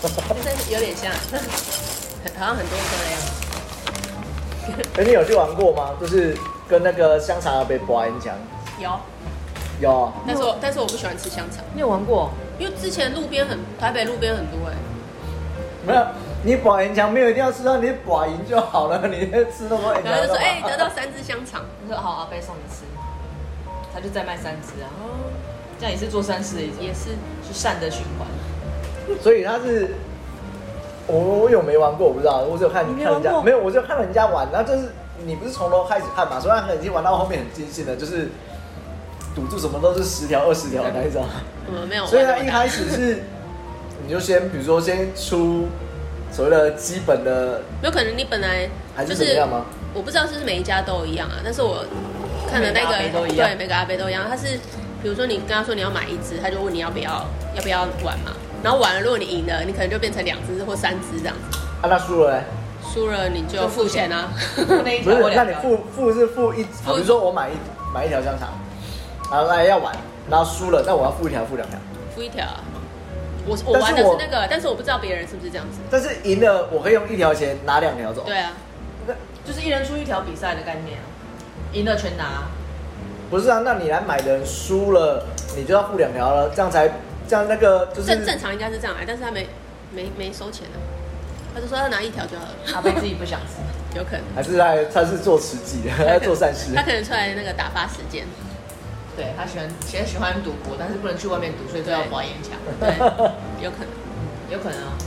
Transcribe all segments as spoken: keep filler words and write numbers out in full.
就是有点像，好像很多颗的样子。 哎、欸，你有去玩过吗？就是跟那个香肠被拔烟枪。 有。 有。 但是我但是我不喜欢吃香肠。 你有玩过？ 因为之前路边很台北路边很多哎、欸。 没有，你拔烟枪没有一定要吃到，你拔赢就好了。你吃那么多烟枪。 然后就说哎、欸，得到三只香肠。 我说好，阿贝送你吃。他就再卖三只啊。哦。这样也是做善事的一种。 也是。 是善的循环。 所以他是。我我有没玩过，我不知道，我只有看看人家，没有，我只有看人家玩，然后就是你不是从头开始看嘛，所以他已经玩到后面很尽兴了，就是赌注什么都是十条二十条那一种。 嗯，没有。 所以他一开始是，你就先比如说先出所谓的基本的， 有可能你本来还是怎么样吗？ 我不知道是不是每一家都一样啊，但是我看的那个对每个阿伯都一样，他是比如说你跟他说你要买一只，他就问你要不要要不要玩嘛。然后玩了，如果你赢了，你可能就变成两只或三只这样子。 啊，那输了嘞？ 输了你就付钱啊。 那一不是，那你付付是付一，比如说我买一买一条香肠，然后来要玩，然后输了，那我要付一条，付两条。 付一条啊。我我玩的是那个，但是我不知道别人是不是这样子。 但是赢了，我可以用一条钱拿两条走。 对啊， 就是一人出一条比赛的概念啊，赢了全拿。 不是啊，那你来买的人输了，你就要付两条了，这样才。这样那个就是正正常应该是这样来，但是他没没没收钱啊，他就说他拿一条就好了。 阿贝自己不想吃， 有可能。 还是他他是做实际的，他在做善事。 他可能出来那个打发时间。 对他喜欢，其实喜欢赌博，但是不能去外面赌，所以就要拔烟枪。 对，有可能， 有可能啊。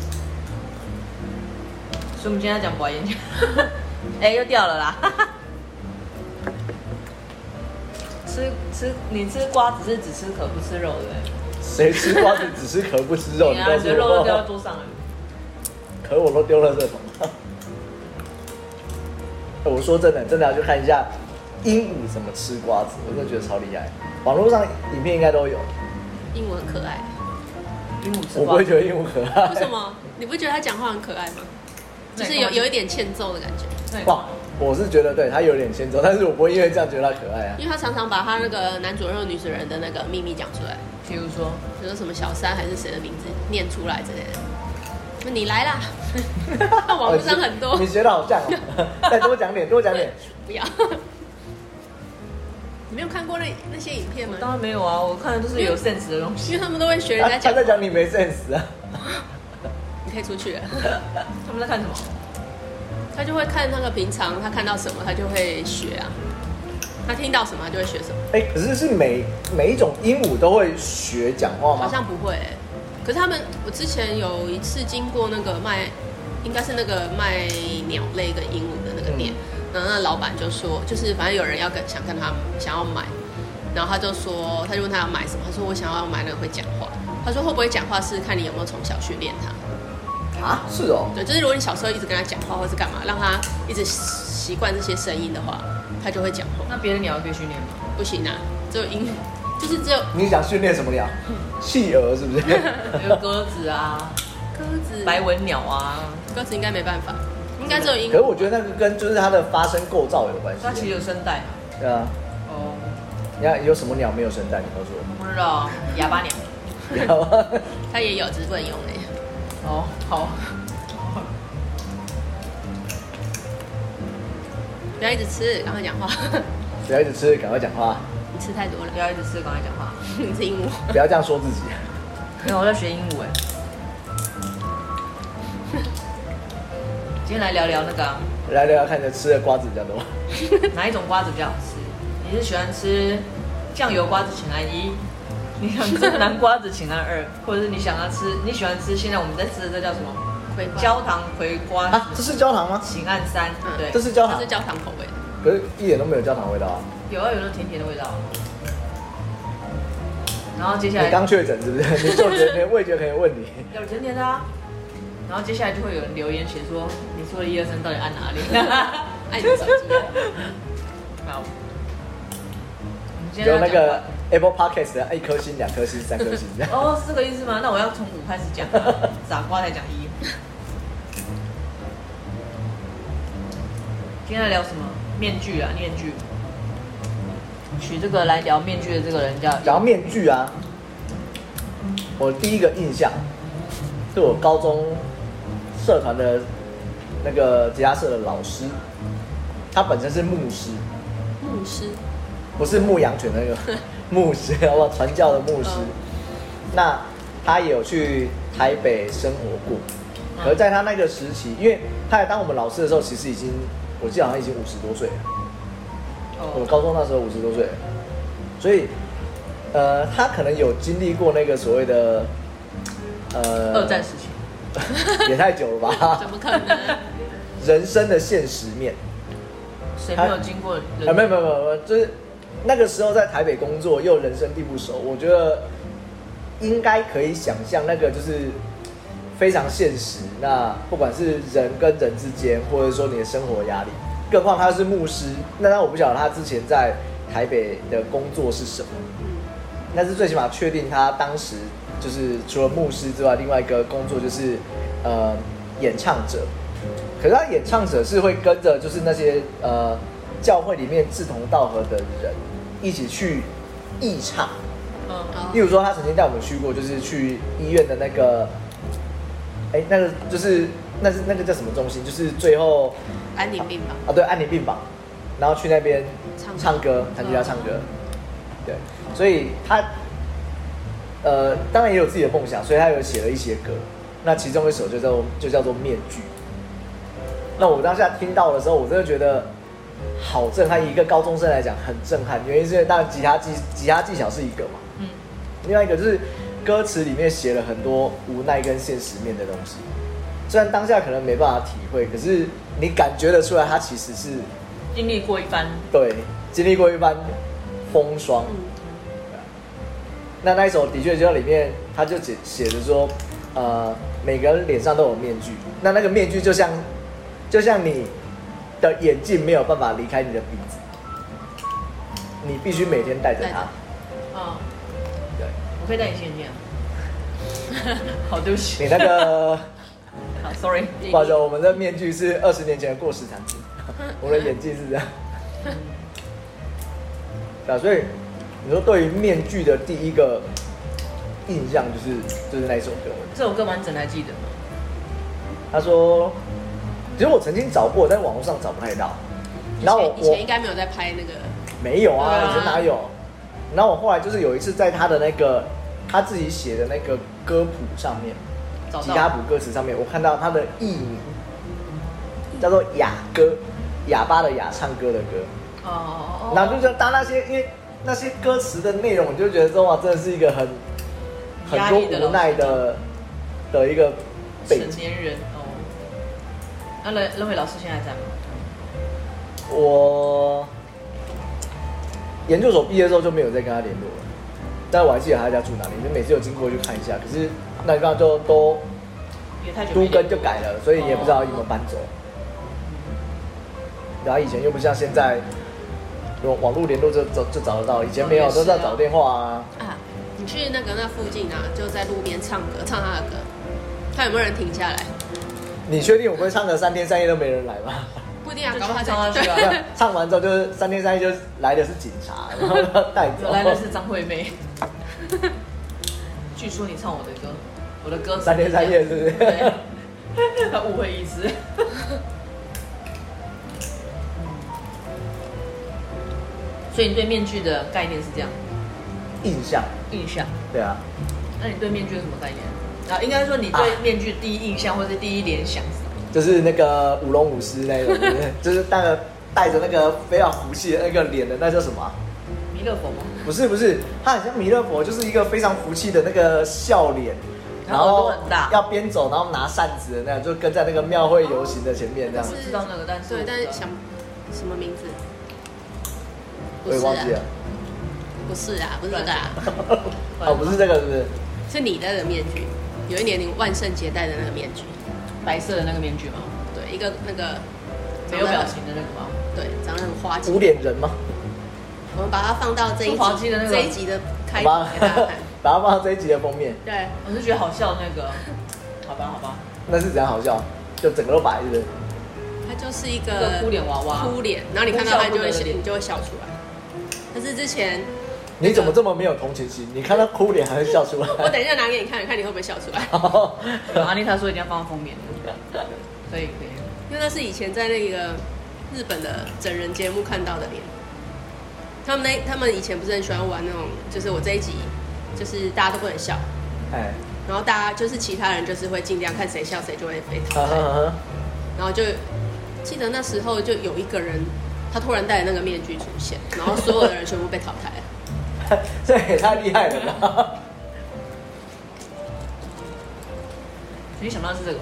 所以我们今天要讲拔烟枪。哎、欸，又掉了啦！吃吃，你吃瓜子是只吃壳不吃肉的。 谁吃瓜子只吃壳不吃肉？ 你啊，你的肉都掉到桌上了。 壳我都丢了这桶。我说真的，真的要去看一下鹦鹉怎么吃瓜子，我真的觉得超厉害。网络上影片应该都有。 鹦鹉很可爱。 鹦鹉吃瓜子， 我不会觉得鹦鹉可爱。 为什么？你不觉得它讲话很可爱吗？就是有有一点欠揍的感觉。 哇，我是觉得对它有点欠揍，但是我不会因为这样觉得它可爱啊。 因为他常常把他那个男主人和女主人的那个秘密讲出来， 比如说， 比如说什么小三还是谁的名字念出来之类的。那你来啦！网络上很多， 你学的好像哦。再多讲点，多讲点。 不要。你没有看过那那些影片吗？ 当然没有啊，我看的都是有 sense 的东西。 因为他们都会学人家讲。 他在讲你没 sense 啊。 你可以出去了。 他们在看什么？ 他就会看那个平常他看到什么，他就会学啊。他听到什么，他就会学什么。 哎、欸，可是是每每一种鹦鹉都会学讲话吗？ 好像不会、欸。可是他们，我之前有一次经过那个卖，应该是那个卖鸟类跟鹦鹉的那个店，嗯、然后那老板就说，就是反正有人要跟想跟他想要买，然后他就说，他就问他要买什么，他说我想要买那个会讲话。他说会不会讲话是看你有没有从小训练他。 啊，是哦。 对，就是如果你小时候一直跟他讲话，或是干嘛，让他一直习惯这些声音的话，他就会讲话。 那别的鸟可以训练吗？ 不行啊，只有鹦，就是只有。 你想训练什么鸟？企鹅是不是？ 有鸽子啊， 鸽子、 白文鸟啊， 鸽子应该没办法，应该只有鹦鹉。 可是我觉得那个跟就是它的发声构造有关系。 它其实有声带。 对啊。 哦。 你看有什么鸟没有声带？你告诉我。 不知道，哑巴鸟。 它也有，只是不能用嘞。 哦，好。 不要一直吃，赶快讲话。 不要一直吃，赶快讲话。 你吃太多了。 不要一直吃，赶快讲话。 你是鹦鹉。 不要这样说自己。 没有，我在学鹦鹉哎。今天来聊聊那个、啊。 来聊聊看，你吃的瓜子比较多。 哪一种瓜子比较好吃？你是喜欢吃酱油瓜子，请按一；你想吃南瓜子，请按二；或者是你想要吃，你喜欢吃现在我们在吃的这叫什么？焦糖葵瓜啊，这是焦糖吗？ 请按三。嗯，对， 这是焦糖， 这是焦糖口味的。 可是一点都没有焦糖味道啊。 有啊，有那甜甜的味道。然后接下来你刚确诊是不是？你嗅觉、你味觉可以问你。 有甜甜的啊。然后接下来就会有人留言写说，你说的一二三到底按哪里？ 按你手机。 好。 有那个 Apple Podcast 的一颗星、两颗星、三颗星这样。 哦，是这个意思吗？那我要从五开始讲，傻瓜才讲一。今天来聊什么？面具啊，面具。取这个来聊面具的这个人叫…… 讲到面具啊，我第一个印象就是我高中社团的那个吉他社的老师，他本身是牧师， 牧师不是牧羊犬的那个牧师，好不好？传教的牧师。嗯、那他也有去台北生活过，可是在他那个时期，因为他来当我们老师的时候，其实已经我记得好像已经五十多岁了。哦、我高中那时候五十多岁了，所以呃，他可能有经历过那个所谓的呃二战时期。 也太久了吧？ 怎么可能？ 人生的现实面， 谁没有经过？啊， 没有没有没有没有，就是那个时候在台北工作又人生地不熟，我觉得应该可以想象那个就是非常现实。那不管是人跟人之间，或者说你的生活压力，更何况他是牧师，那让我不晓得他之前在台北的工作是什么。但是最起码确定他当时。就是除了牧师之外，另外一个工作就是呃演唱者。可是他演唱者是会跟着就是那些呃教会里面志同道合的人一起去义唱。嗯，例如说他曾经带我们去过，就是去医院的那个，哎，那个就是那是那个叫什么中心？就是最后安宁病房啊，对，安宁病房，然后去那边唱歌，弹吉他唱歌。对，所以他。呃，当然也有自己的梦想，所以他有写了一些歌。那其中一首就叫做就叫做《面具》。那我当下听到的时候，我真的觉得好震撼。以一个高中生来讲，很震撼。原因是因为当然吉他技吉他技巧是一个嘛，嗯，另外一个就是歌词里面写了很多无奈跟现实面的东西。虽然当下可能没办法体会，可是你感觉得出来，他其实是经历过一番， 对，经历过一番风霜。嗯那那一首的确就里面，他就写写着说，呃，每个人脸上都有面具，那那个面具就像，就像你的眼镜没有办法离开你的鼻子，你必须每天戴着它。 哦，对，我可以戴隐形眼镜啊。好，对不起。 你那个， 好 ，sorry， 不好意思，我们的面具是二十年前的过时产品，我的眼镜是这样。对啊，所以。你说对于面具的第一个印象就是就是那一首歌。 这首歌完整还记得吗？ 他说，其实我曾经找过，但是网络上找不太到。然后我以前应该没有在拍那个。 没有啊，以前哪有？然后我后来就是有一次在他的那个他自己写的那个歌谱上面，吉他谱歌词上面，我看到他的艺名叫做哑歌，哑巴的哑，唱歌的歌。哦。然后就是他那些因为。那些歌词的内容，你就觉得说哇，真的是一个很很多无奈的的一个背景。 成年人哦。那任任伟老师现在在吗？ 我研究所毕业之后就没有再跟他联络了，但我还记得他家住哪里，就每次有经过去看一下。可是那地方就都都跟就改了，所以也不知道有没有搬走。然后以前又不像现在。网络联络就就就找得到，以前没有，都是要找电话啊。 啊，你去那个那附近啊，就在路边唱歌，唱他的歌，看有没有人停下来。 你确定我会唱个三天三夜都没人来吗？ 不一定啊，搞不好唱下去啊。 唱完之后就是三天三夜，就来的是警察，然后带走。 来的是张惠妹。据说你唱我的歌，我的歌三天三夜是不是？ 对。他误会意思。所以你对面具的概念是这样？ 印象， 印象， 对啊。 那你对面具有什么概念？啊，应该说你对面具第一印象或者是第一联想是什么？ 就是那个舞龙舞狮那种，就是那个带着那个非常福气的那个脸的，那叫什么、啊？ 弥勒佛吗？ 不是不是，他很像弥勒佛，就是一个非常福气的那个笑脸， 然后很大， 要边走然后拿扇子的那样，就跟在那个庙会游行的前面这样。 我知道那个，但是对，但是想什么名字？ 我也忘记了。 不是啊，不是这个啊。 哦，不是这个，是不是？ 是你戴的面具。有一年你万圣节戴的那个面具， 白色的那个面具吗？ 对，一个那个没有表情的那个吗？ 对，长得很花季。 无脸人吗？ 我们把它放到这一集的这一集的开头给大家看，把它放到这一集的封面。 对， 我是觉得好笑那个。好吧，好吧。 那是怎样好笑？就整个都白，是不是？ 它就是一个哭脸娃娃， 哭脸，然后你看到它就会你就会笑出来。可是之前你怎么这么没有同情心？你看他哭脸还会笑出来。 我等一下拿给你看，看你会不会笑出来。 安妮塔说一定要放封面，可以可以。 因为那是以前在那个日本的整人节目看到的脸。他们那他们以前不是很喜欢玩那种，就是我这一集就是大家都不能笑，哎，然后大家就是其他人就是会尽量看谁笑谁就会被淘汰，然后就记得那时候就有一个人，他突然戴那个面具出现，然后所有的人全部被淘汰了， 这也太厉害了吧！ 没想到是这个，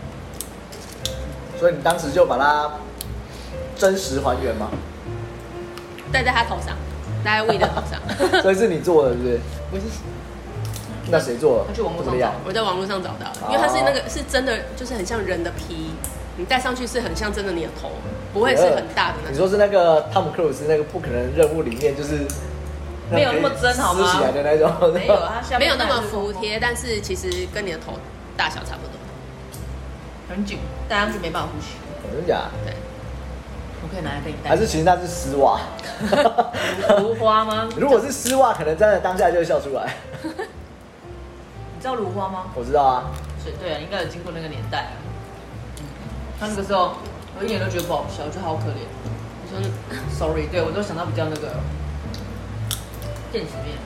所以你当时就把它真实还原吗？ 戴在他头上，戴在魏的头上。 所以是你做的，是不是？ 不是。 那谁做的？ 他去网络上找， 我在网络上找到的，因为它是那个是真的，就是很像人的皮，你戴上去是很像真的你的头，不会是很大的那种。 你说是那个汤姆克鲁斯那个不可能任务里面，就是没有那么真好吗？ 撕起来的那种， 没有，它下面没有那么服帖，但是其实跟你的头大小差不多， 很紧，戴上去没办法呼吸。 真的假的？ 对。 我可以拿来给你戴。 还是其实那是丝袜？ 芦花吗？ 如果是丝袜，可能真的当下就会笑出来。 你知道芦花吗？ 我知道啊。 是，对啊，应该有经过那个年代啊。嗯，他那个时候，我一点都觉得不好笑，我觉得好可怜。我说，sorry， 对我都想到比较那个电子面。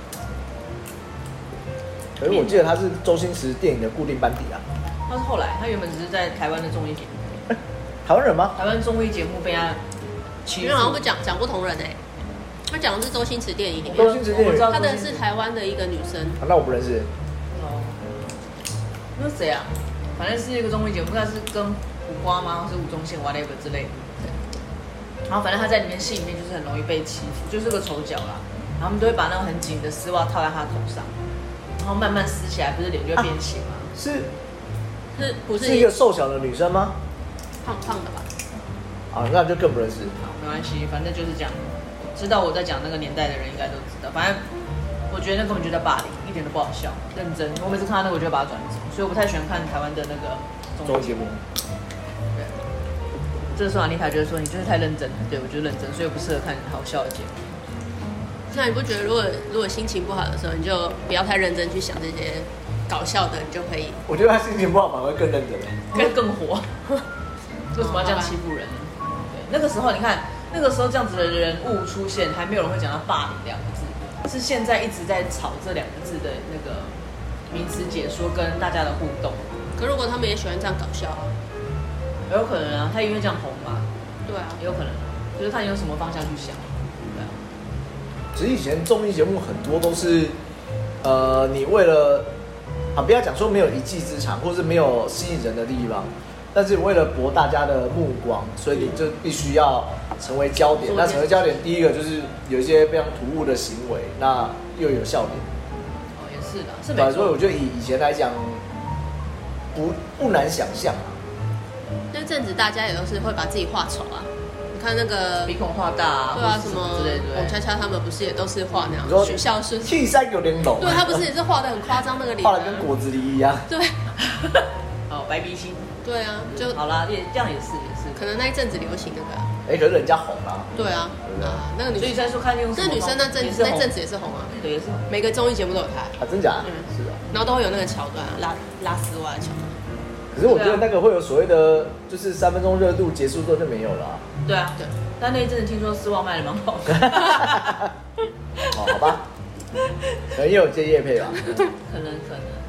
可是我记得他是周星驰电影的固定班底啊。 他是后来，他原本只是在台湾的综艺节目。 台湾人吗？ 台湾综艺节目被他欺负，因为好像不讲讲不同人哎、欸，他讲的是周星驰电影里面， 周星驰电影， 他的是台湾的一个女生， 啊、那我不认识。 哦，那是谁啊？反正是一个综艺节目，他是跟胡花吗？或是吴宗宪 whatever 之类的。然后反正他在里面戏里面就是很容易被欺负，就是个丑角啦。然后他们都会把那种很紧的丝袜套在他头上，然后慢慢撕起来，不是脸就会变形吗？ 啊、是是不是是一个瘦小的女生吗？ 胖胖的吧？ 啊，那就更不认识。 好，没关系，反正就是这样。知道我在讲那个年代的人应该都知道。反正我觉得那根本就叫霸凌，一点都不好笑。认真，我每次看到那个我就会把它转走，所以我不太喜欢看台湾的那个综艺节目。 对，这时候安妮塔觉得说你就是太认真了，对我就认真，所以我不适合看好笑的节目。 那你不觉得如果如果心情不好的时候，你就不要太认真去想这些搞笑的，你就可以？ 我觉得他心情不好反而会更认真， 会更火。为什么要这样欺负人呢？对，那个时候你看，那个时候这样子的人物出现，还没有人会讲到霸凌两个字，是现在一直在吵这两个字的那个名词解说跟大家的互动。 可如果他们也喜欢这样搞笑啊， 有可能啊，他因为这样红嘛， 对啊， 也有可能啊，就是看你用什么方向去想，对啊。 其实以前综艺节目很多都是，呃，你为了啊，不要讲说没有一技之长，或是没有吸引人的地方。但是为了博大家的目光，所以你就必须要成为焦点。那成为焦点，第一个就是有一些非常突兀的行为，那又有笑点。 哦，也是的，是没错。 所以我觉得以以前来讲，不不难想象啊。 那阵子大家也都是会把自己画丑啊。你看那个鼻孔画大啊， 对啊，什么之类的。 洪恰恰他们不是也都是画那样？许孝顺气山有点浓。 对他不是也是画的很夸张那个脸， 画的跟果子狸一样。 对。 哦，白鼻心。 对啊，就好啦，也这样也是也是， 可能那一阵子流行那个、啊。 哎、欸，可是人家红啊。 对啊，对啊，那个女， 所以在说看用那女生那阵那阵子也是红啊， 对，也是红。 每个综艺节目都有她。 啊，真假？ 嗯， 是啊。 然后都会有那个桥段、啊，拉拉丝袜的桥段。 可是我觉得那个会有所谓的，就是三分钟热度结束之后就没有了、啊。 对啊，对。但那一阵子听说丝袜卖的蛮好的。 哦，好吧，可能也有接业配吧。 可能可能。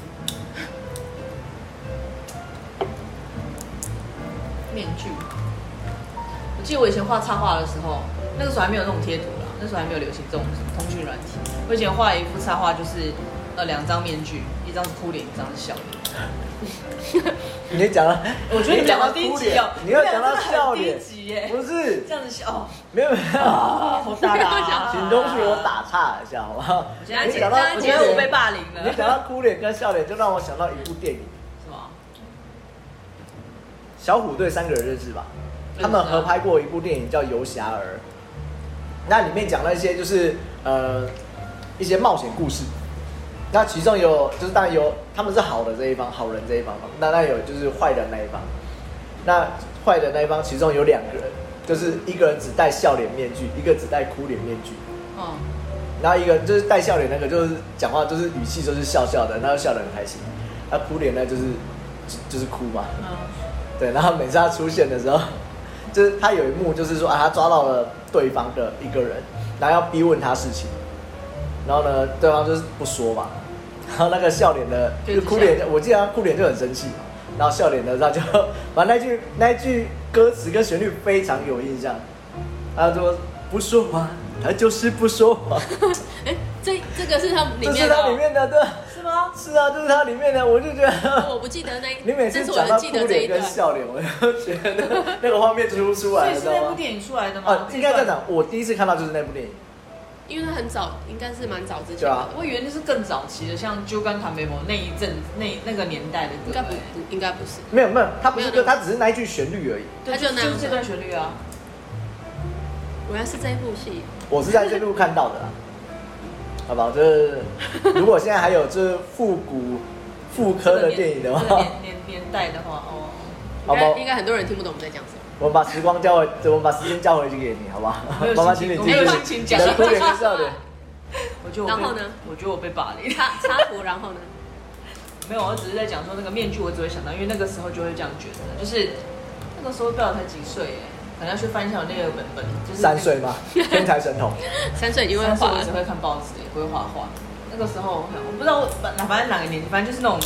面具，我记得我以前画插画的时候，那个时候还没有那种贴图啦，那时候还没有流行这种通讯软体。我以前画一幅插画，就是呃两张面具，一张是哭脸，一张是笑脸。 你讲了， 我觉得你讲到低级哦， 你要讲到笑脸， 低级耶， 不是这样子笑，哦、 没有没有， 啊、好大啦， 请容许我打岔一下，好不好？ 我现在讲到，我觉得我被霸凌了。 你讲到哭脸跟笑脸，就让我想到一部电影。小虎队三个人认识吧？他们合拍过一部电影叫《游侠儿》，那里面讲了一些就是呃一些冒险故事。那其中有就是当然有他们是好的这一方，好人这一方嘛。那那有就是坏人那一方。那坏的那一方其中有两个人，就是一个人只戴笑脸面具，一个只戴哭脸面具。 嗯。 然后一个就是带笑脸那个，就是讲话就是语气就是笑笑的，然后笑得很开心。那哭脸呢，就是就就是哭嘛。嗯。对，然后每次他出现的时候，就是他有一幕就是说啊，他抓到了对方的一个人，然后要逼问他事情，然后呢，对方就是不说嘛，然后那个笑脸的，就哭脸，我记得他哭脸就很生气嘛，然后笑脸的他就把那句那句歌词跟旋律非常有印象，他说不说话。他就是不说话。 哎，这这个是他里面的、哦， 这是他里面的，对， 是吗？ 是啊，就是他里面的，我就觉得我不记得那， 你每次讲到哭脸跟笑脸，我就觉得那个那个画面出出来了， 所以是那部电影出来的吗？ 啊，应该这样讲，我第一次看到就是那部电影， 因为它很早，应该是蛮早之前的。 啊、 我以为那是更早期的，像《酒干倘卖无》那一阵那那个年代的歌， 应该不不应该不是。 没有没有，它不是歌，它只是那一句旋律而已。 它就就是这段旋律啊。 原来是这一部戏。 我是在这部看到的啦，好不好？就是如果现在还有就是复古、复刻的电影的话， 这个年年年代的话，哦， 应该应该很多人听不懂我们在讲什么。 我们把时光交回，我们把时间交回去给你，好不好？妈妈，请你继续。 没有心情讲。 你的哭脸跟笑脸。 我觉得然后呢？ 我觉得我被霸凌。 插插图，然后呢？ 没有，我只是在讲说那个面具，我只会想到，因为那个时候就会这样觉得，就是那个时候不知道才几岁耶。可能要去翻一下我那个本本，就是三岁吗？天才神童， 三岁已经会画了， 我只会看报纸，也不会画画。那个时候我不知道，反正哪个年纪，反正就是那种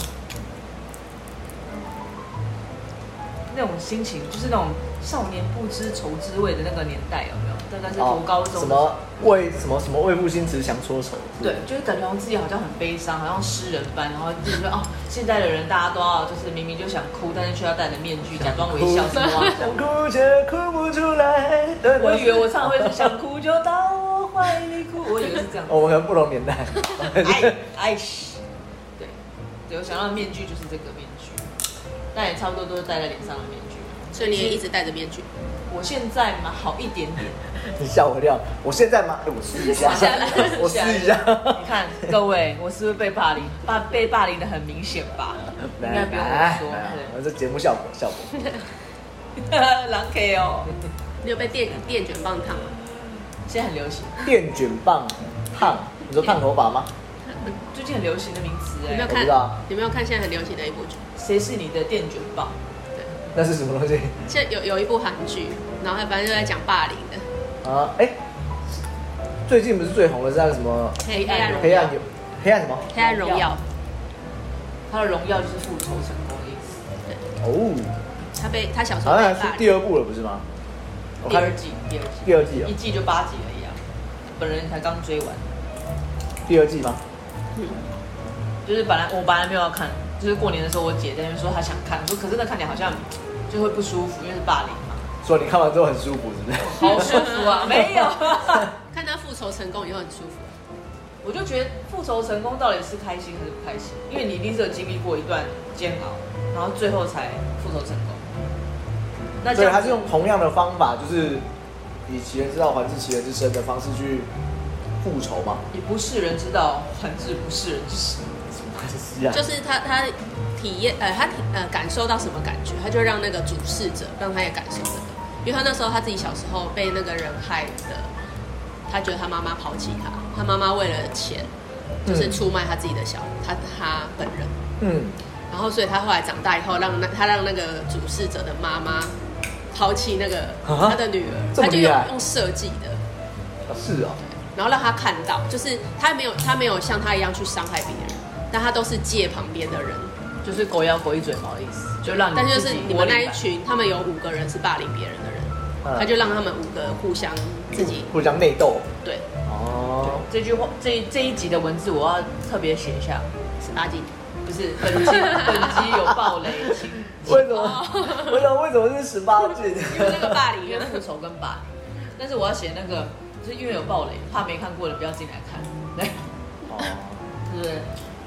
那种心情，就是那种少年不知愁滋味的那个年代，有没有？大概是读高中、 哦，什么为什么什么为赋新词强说愁？ 对，就是感觉好像自己好像很悲伤，好像诗人般，然后就是说哦，现在的人大家都要就是明明就想哭，但是却要戴着面具，假装微笑，什么想哭却哭不出来。 我以为我唱会是想哭就到我怀里哭，我以为是这样。 我们可能不同年代。 哎哎，对，对我想到的面具就是这个面具，但也差不多都是戴在脸上的面具。 所以你也一直戴着面具。 我现在嘛好一点点。 你吓我一跳！我现在吗？哎，我试一下，我试一下。 你看各位，我是不是被霸凌？霸被霸凌的很明显吧？应该不用我说。 我这节目效果效果。 狼 K 哦。 你有被电电卷棒烫吗？ 现在很流行。 电卷棒烫？你说烫头发吗？ 最近很流行的名词哎。 有没有看？有没有看现在很流行的一部剧？ 谁是你的电卷棒？ 那是什么东西？ 现在有有一部韩剧，然后反正就在讲霸凌的。 啊，哎，最近不是最红的是那个什么黑暗黑暗有黑暗什么？ 黑暗荣耀。 他的荣耀就是复仇成功的意思。 对。 哦。 他被他小时候好像是第二部了，不是吗？ 第二季，第二季， 第二季一季就八集而已啊。本人才刚追完。 第二季吗？ 嗯。 就是本来我本来没有要看。就是过年的时候，我姐在那边说她想看，我说可是那看起来好像就会不舒服，因为是霸凌嘛。 说你看完之后很舒服，是不是？ 好舒服啊！没有， 看他复仇成功以后很舒服。 我就觉得复仇成功到底是开心还是不开心？因为你一定是有经历过一段煎熬，然后最后才复仇成功。 那所以他是用同样的方法，就是以其人之道还治其人之身的方式去复仇嘛？ 以不是人之道还治不是人之身。 就是他他体验呃他呃感受到什么感觉，他就让那个主事者让他也感受这个，因为他那时候他自己小时候被那个人害的，他觉得他妈妈抛弃他，他妈妈为了钱就是出卖他自己的小他他本人，嗯，然后所以他后来长大以后让那他让那个主事者的妈妈抛弃那个他的女儿，他就用用设计的， 是啊， 然后让他看到，就是他没有他没有像他一样去伤害别人。但他都是借旁边的人， 就是狗咬狗一嘴毛的意思，就让你。 但就是你们那一群，他们有五个人是霸凌别人的人，嗯、他就让他们五个互相自己互相内斗。 对， 哦，这句话这这一集的文字我要特别写一下， 十八禁， 不是本集本集有暴雷，请。 为什么？为什么为什么是十八禁？ 因为那个霸凌， 因为复仇跟霸凌。但是我要写那个，就是因为有暴雷，怕没看过的不要进来看，对。哦，是不是？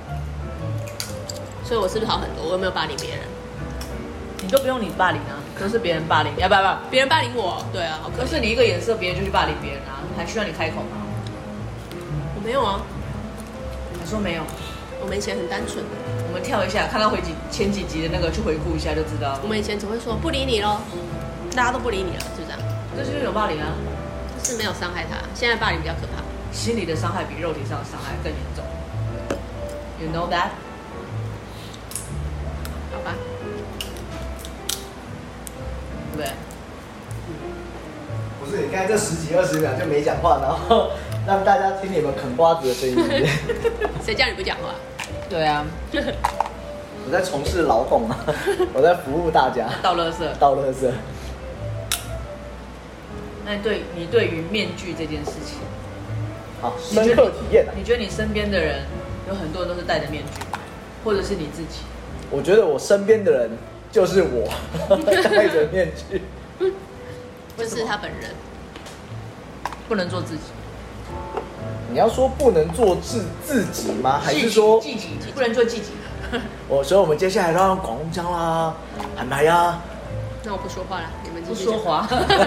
所以我是不是好很多？我有没有霸凌别人？ 你都不用你霸凌啊，都是别人霸凌，要不要？不要， 别人霸凌我，对啊，好可可是你一个眼色，别人就去霸凌别人啊，还需要你开口吗？ 我没有啊， 你说没有， 我们以前很单纯的。 我们跳一下，看到回几前几集的那个，去回顾一下就知道。 我们以前只会说不理你咯，大家都不理你了，就这样。 这就是一种霸凌啊， 是没有伤害他。现在霸凌比较可怕。 心理的伤害比肉体上的伤害更严重。You know that？ 好吧， 对不对？ 不是，你刚才这十几二十秒就没讲话，然后让大家听你们啃瓜子的声音。 谁叫你不讲话？ 对啊， 我在从事劳动啊，我在服务大家。 倒垃圾。 倒垃圾。 那对你对于面具这件事情， 好，深刻体验啊！ 你觉得你身边的人有很多人都是戴着面具，或者是你自己？ 我觉得我身边的人就是我，戴着面具， 就是他本人， 不能做自己。 你要说不能做自自己吗？还是说自己不能做自己？ 我所以我们接下来都要用广东腔啦，喊牌呀。 那我不说话了，你们不继续说话。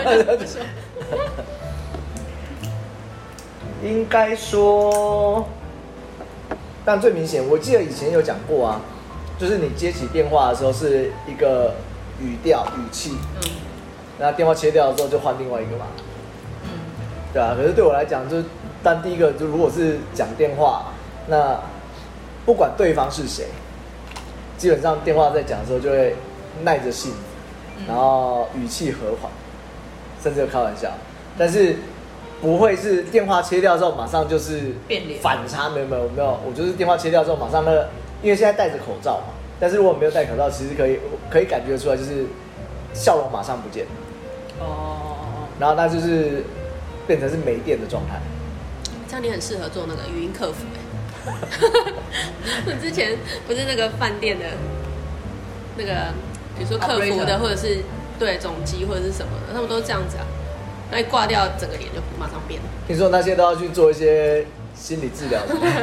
应该说，但最明显，我记得以前有讲过啊，就是你接起电话的时候是一个语调语气，嗯，那电话切掉之后就换另外一个嘛，嗯，对啊。可是对我来讲，就是但第一个就如果是讲电话，那不管对方是谁，基本上电话在讲的时候就会耐着性子，然后语气和缓，甚至有开玩笑，但是不会是电话切掉之后马上就是变脸反差，没有没有没有，我就是电话切掉之后马上那个，因为现在戴着口罩嘛，但是如果没有戴口罩，其实可以可以感觉出来，就是笑容马上不见， 哦， 然后那就是变成是没电的状态。 这样你很适合做那个语音客服哎。我之前不是那个饭店的，那个比如说客服的，或者是对总机或者是什么的，他们都这样子啊。那一挂掉，整个脸就马上变了。 听说那些都要去做一些心理治疗，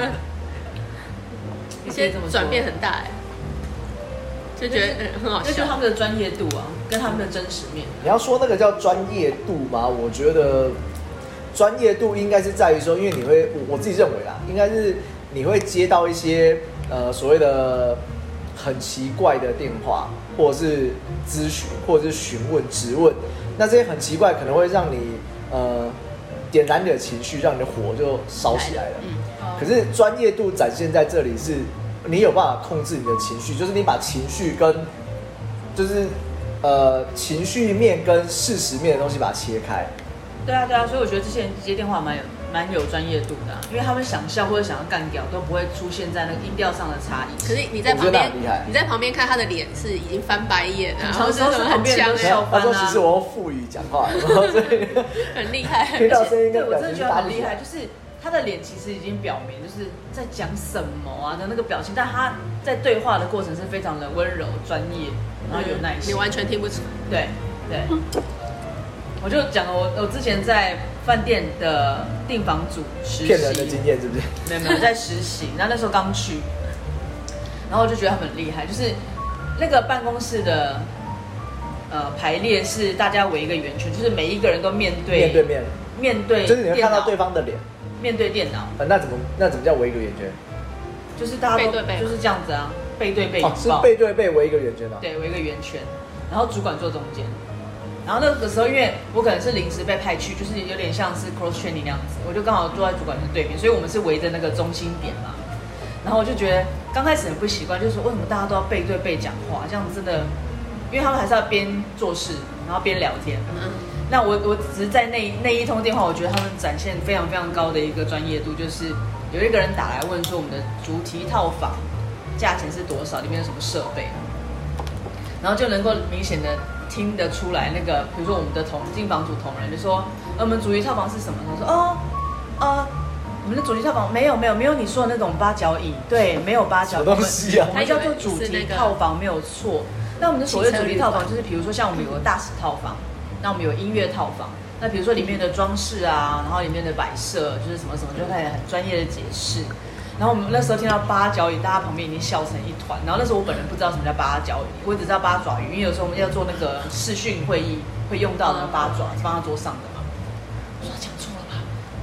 一些转变很大哎，就觉得很好笑。 那就是他们的专业度啊，跟他们的真实面。 你要说那个叫专业度吗？我觉得专业度应该是在于说，因为你会，我我自己认为啦，应该是你会接到一些呃所谓的很奇怪的电话，或者是咨询，或者是询问、质问。那这些很奇怪，可能会让你呃点燃你的情绪，让你的火就烧起来了。嗯，可是专业度展现在这里是，你有办法控制你的情绪，就是你把情绪跟就是呃情绪面跟事实面的东西把它切开。 对啊，对啊，所以我觉得这些人接电话蛮有蛮有专业度的、啊，因为他们想笑或者想要干掉，都不会出现在那个音调上的差异。 可是你在旁边，你在旁边看他的脸是已经翻白眼了，然后是很呛笑翻啊。 他说：“其实我用腹语讲话，所以很厉害。” 听到声音跟我真的觉得很厉害， 就就是他的脸其实已经表明就是在讲什么啊的那个表情，但他在对话的过程是非常的温柔、专业，然后有耐心， 你完全听不出。 对对。我就讲了，我我之前在饭店的订房组实习， 骗人的经验是不是？ 没有没有在实习，然后那时候刚去，然后我就觉得他们很厉害，就是那个办公室的呃排列是大家围一个圆圈，就是每一个人都面对面对面面对， 就是你会看到对方的脸， 面对电脑。 呃、那怎么那怎么叫围一个圆圈？ 就是大家都背对背就是这样子啊，背对背拥抱、 哦，是背对背围一个圆圈啊？ 对，围一个圆圈，然后主管坐中间。然后那个时候，因为我可能是临时被派去，就是有点像是 cross training 那样子，我就刚好坐在主管的对面，所以我们是围着那个中心点嘛。然后我就觉得刚开始很不习惯，就是说为什么大家都要背对背讲话，这样真的，因为他们还是要边做事，然后边聊天。嗯、那我我只是在那那一通电话，我觉得他们展现非常非常高的一个专业度，就是有一个人打来问说我们的主题套房价钱是多少，里面有什么设备，然后就能够明显的听得出来，那个比如说我们的同订房组同仁就说，呃，我们主题套房是什么？他说，哦，呃，我们的主题套房没有没有没有你说的那种八角椅，对，没有八角椅， 什么东西啊？ 我们叫做主题套房没有错。那我们的所谓主题套房就是，比如说像我们有个大使套房，那我们有音乐套房，那比如说里面的装饰啊，然后里面的摆设就是什么什么，就开始很专业的解释。然后我们那时候听到八角椅，大家旁边已经笑成一团。然后那时候我本人不知道什么叫八角椅，我只知道八爪鱼，因为有时候我们要做那个视讯会议会用到那个八爪，放在桌上的嘛。我说讲错了吧？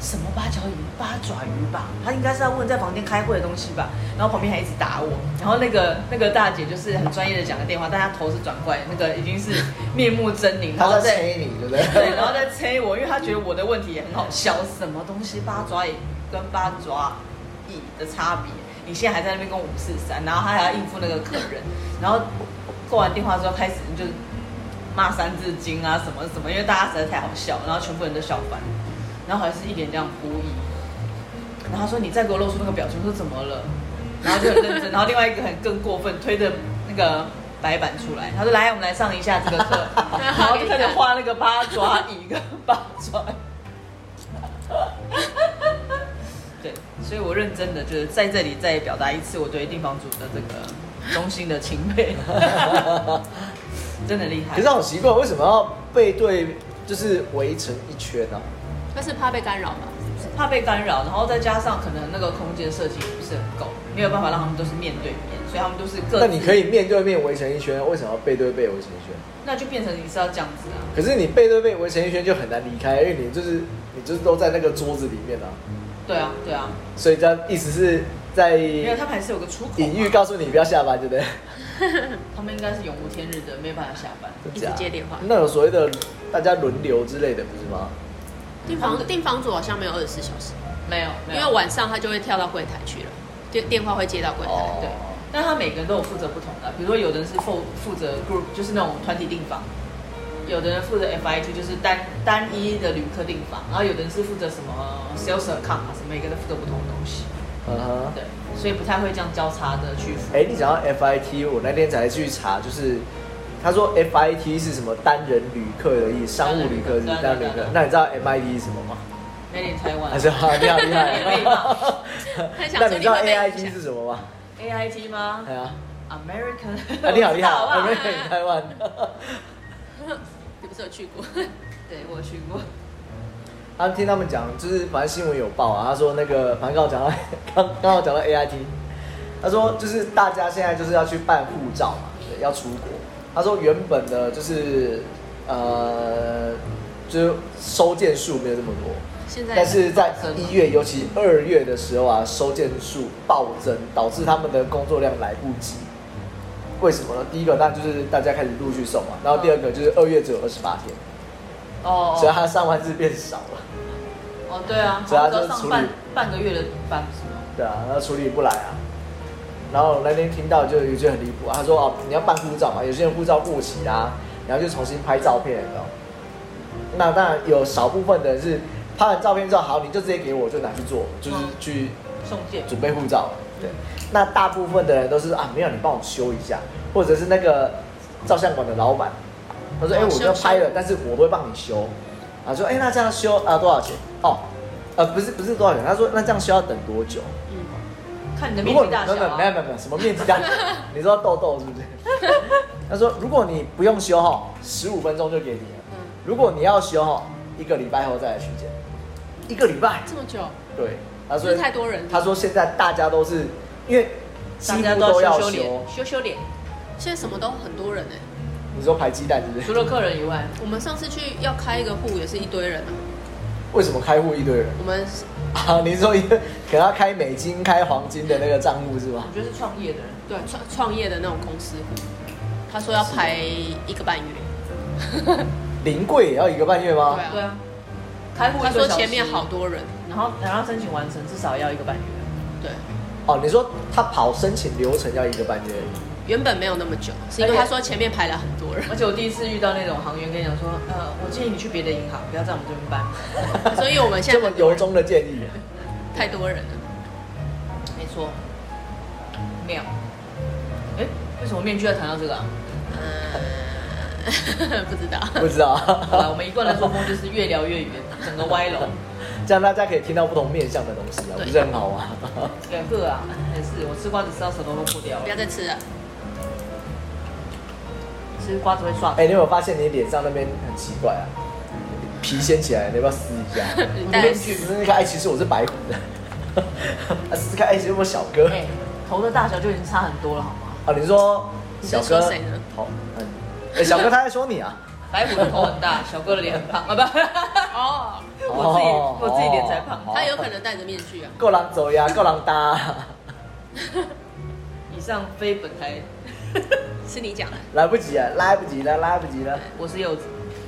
什么八角鱼、八爪鱼吧？他应该是要问在房间开会的东西吧？然后旁边还一直打我，然后那个那个大姐就是很专业的讲个电话，但她头是转过来，那个已经是面目狰狞， 她在催你，对不对？ 对，然后在催我，因为她觉得我的问题也很好笑，什么东西八爪鱼跟八爪翼的差别？你现在还在那边跟我五四三，然后他还要应付那个客人，然后挂完电话之后开始就骂三字经啊什么什么，因为大家实在太好笑，然后全部人都笑翻，然后还是一脸这样狐疑，然后他说你再给我露出那个表情，我说怎么了？然后就很认真，然后另外一个很更过分，推着那个白板出来，他说来我们来上一下这个课，然后就开始画那个八爪鱼跟八爪鱼。对，所以我认真的就是在这里再表达一次我对订房主的这个衷心的钦佩，真的厉害。 可是好奇怪，为什么要背对就是围成一圈呢、啊？ 那是怕被干扰吧？ 怕被干扰，然后再加上可能那个空间设计不是很够，没有办法让他们都是面对面，所以他们都是各自。 那你可以面对面围成一圈，为什么要背对背围成一圈？ 那就变成你是要这样子啊。 可是你背对背围成一圈就很难离开，因为你就是你就是都在那个桌子里面啊。 对啊，对啊。 所以这样意思是在没有，他们还是有个出口。 隐喻告诉你不要下班，对不对？ 他们应该是永无天日的，没办法下班， 一直接电话。 那有所谓的大家轮流之类的，不是吗？ 订房订房主好像没有二十四小时， 没有，没有， 因为晚上他就会跳到柜台去了，就电话会接到柜台。 哦、 对，但他每个人都有负责不同的，比如说有的人是负负责 group， 就是那种团体订房。有的人负责 F I T， 就是单单一的旅客订房，然后有的人是负责什么 sales account 啊，什么每个人负责不同的东西。 嗯哼， 对，所以不太会这样交叉的去。 哎，你讲到 F I T， 我那天才去查，就是他说 F I T 是什么单人旅客的意思，商务旅客是单人旅客。那你知道 M I T 是什么吗？ Made in Taiwan。 还是好，你好厉害。那你知道 A I T 是什么吗 ？A I T 吗？ 对啊。 American。 啊，你好厉害 ，American Taiwan。 你不是有去过？ 对，我有去过。 他听他们讲，就是反正新闻有报啊，他说那个反正刚好讲到刚刚好讲到 A I T， 他说就是大家现在就是要去办护照嘛，对，要出国。他说原本的就是呃，就是收件数没有这么多， 现在但是在一月尤其二月的时候啊，收件数暴增，导致他们的工作量来不及。为什么呢？第一个当然就是大家开始陆续送嘛，然后第二个就是二月只有二十八天， 哦， 所以他上班日变少了。 哦，对啊， 所以他就上半半个月的班是吗？ 对啊，然后处理不来啊。然后那天听到就有些很离谱，他说哦，你要办护照嘛，有些人护照过期啦，然后就重新拍照片，有没有？那当然有少部分的人是拍完照片之后，好，你就直接给我，就拿去做，就是去送件准备护照。对，那大部分的人都是啊，没有，你帮我修一下，或者是那个照相馆的老板，他说，哎、欸，我要拍了，但是我都会帮你修。啊，说，哎、欸，那这样修啊多少钱？哦，呃，不是不是多少钱，他说那这样修要等多久？ 嗯，看你的面积大小、啊。 没有没有没有，什么面积大小？你说痘痘是不是？他说，如果你不用修哈，十五分钟就给你了。嗯，如果你要修哈，一个礼拜后再来取件。一个礼拜？ 这么久？ 对。他说太多人。 他说现在大家都是因为几乎都要修修修脸， 现在什么都很多人哎、欸。 你说排鸡蛋是不是？ 除了客人以外， 我们上次去要开一个户也是一堆人啊。 为什么开户一堆人？ 我们啊，你说一个可能要开美金、开黄金的那个账户是吗？ 我觉得是创业的人， 对，创创业的那种公司户，他说要排一个半月。 临柜也要一个半月吗？ 对啊。 对啊。开户他说前面好多人， 然后然后申请完成至少要一个半月。 对。 哦，你说他跑申请流程要一个半月？ 原本没有那么久，是因为他说前面排了很多人。 而且我第一次遇到那种行员跟你讲说，呃，我建议你去别的银行，不要在我们这边办。 所以我们现在这么由衷的建议， 太多人了。 没错。妙。哎，为什么面具要谈到这个啊？ 嗯，不知道。 不知道。 好了，我们一贯的作风就是越聊越远，整个歪楼。 这样大家可以听到不同面向的东西啊，不是很好吗？ 两个啊，也是，我吃瓜子吃到舌头都破掉了。 不要再吃了。 吃瓜子会刷。 哎、欸，你有没有发现你脸上那边很奇怪啊？皮掀起来，你要不要撕一下？面具不是那个，哎，其实我是白胡的。啊，撕开，哎，其实我小哥。 哎、欸，头的大小就已经差很多了，好吗？ 啊，你说小哥？ 谁呢？ 好，嗯，哎、欸，小哥他在说你啊。 白虎的头很大，小哥的脸很胖，啊不， 哦， 我自己我自己脸才胖。 他有可能戴着面具啊。 够人走呀，够人搭。 以上非本台， 是你讲的。 来不及了，来不及了，来不及了。 我是柚子，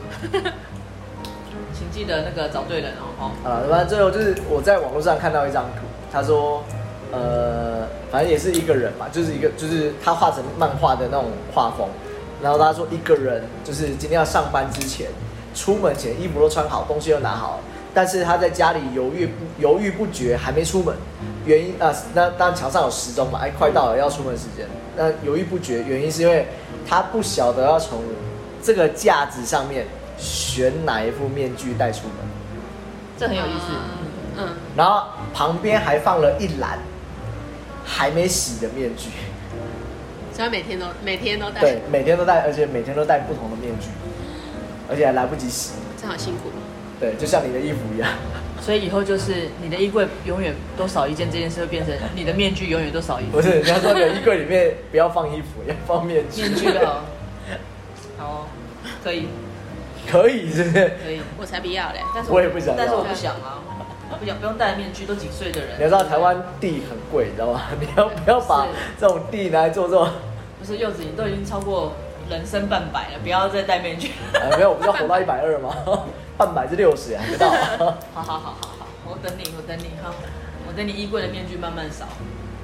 请记得那个找对人哦。 啊，反正最后就是我在网络上看到一张图，他说，呃，反正也是一个人嘛，就是一个就是他画成漫画的那种画风，然后他说一个人就是今天要上班之前，出门前衣服都穿好，东西都拿好了，但是他在家里犹豫不犹豫不决，还没出门。原因啊，那当然墙上有时钟嘛，哎，快到了要出门时间。那犹豫不决，原因是因为他不晓得要从这个架子上面选哪一副面具戴出门， 这很有意思。 嗯， 然后旁边还放了一篮还没洗的面具， 所以他每天都每天都戴。 对，每天都戴，而且每天都戴不同的面具，而且还来不及洗。 这好辛苦。 对，就像你的衣服一样。 所以以后就是你的衣柜永远都少一件，这件事会变成你的面具永远都少一件。 不是，人家说你的衣柜里面不要放衣服，要放面具。 面具啊，好，可以， 可以，是不是？ 可以。 我才不要嘞！ 我也不想要， 但是我不想啊，不想不用戴面具，都几岁的人。 你要知道台湾地很贵，你知道吗？你要不要把这种地拿来做这种？ 不是柚子，你都已经超过人生半百了，不要再戴面具。 啊，没有，我不是要活到一百二吗？半百是六十，还没到。 好好好好好，我等你，我等你哈，我等你衣柜的面具慢慢扫。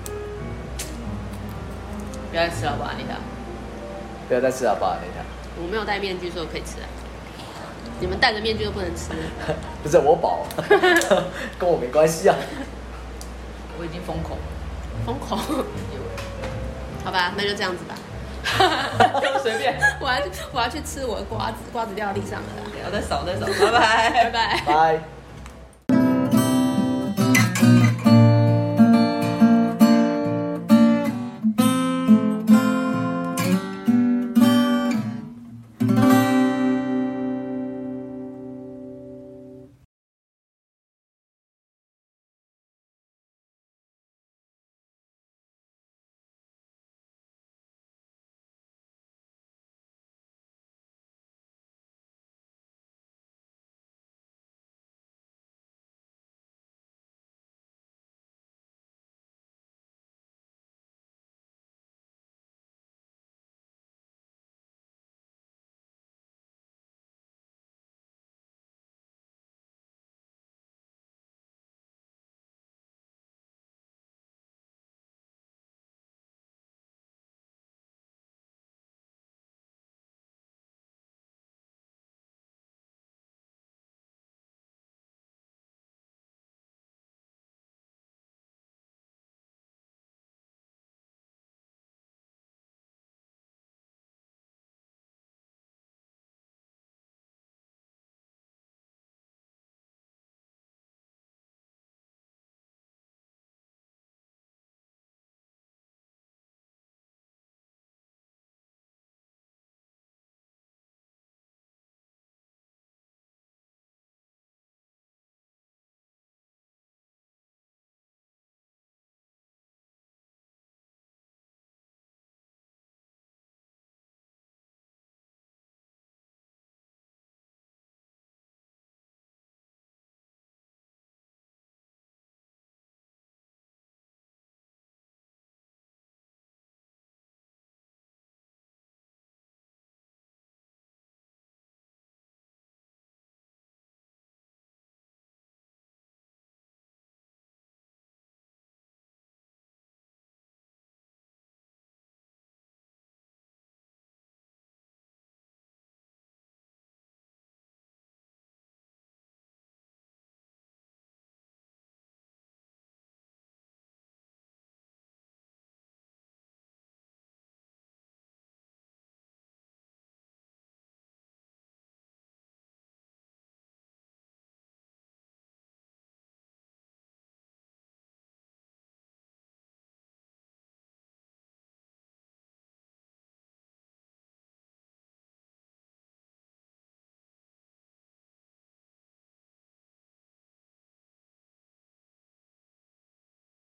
不要再吃了吧，你看。 不要再吃了吧，你看。 我没有戴面具，所以我可以吃啊。你们戴着面具都不能吃。 不是我饱，跟我没关系啊。 我已经封口。 封口。好吧，那就这样子吧。 随便。 我要我要去吃我的瓜子，瓜子掉地上了啦。 我再扫再扫，拜拜拜拜。 拜。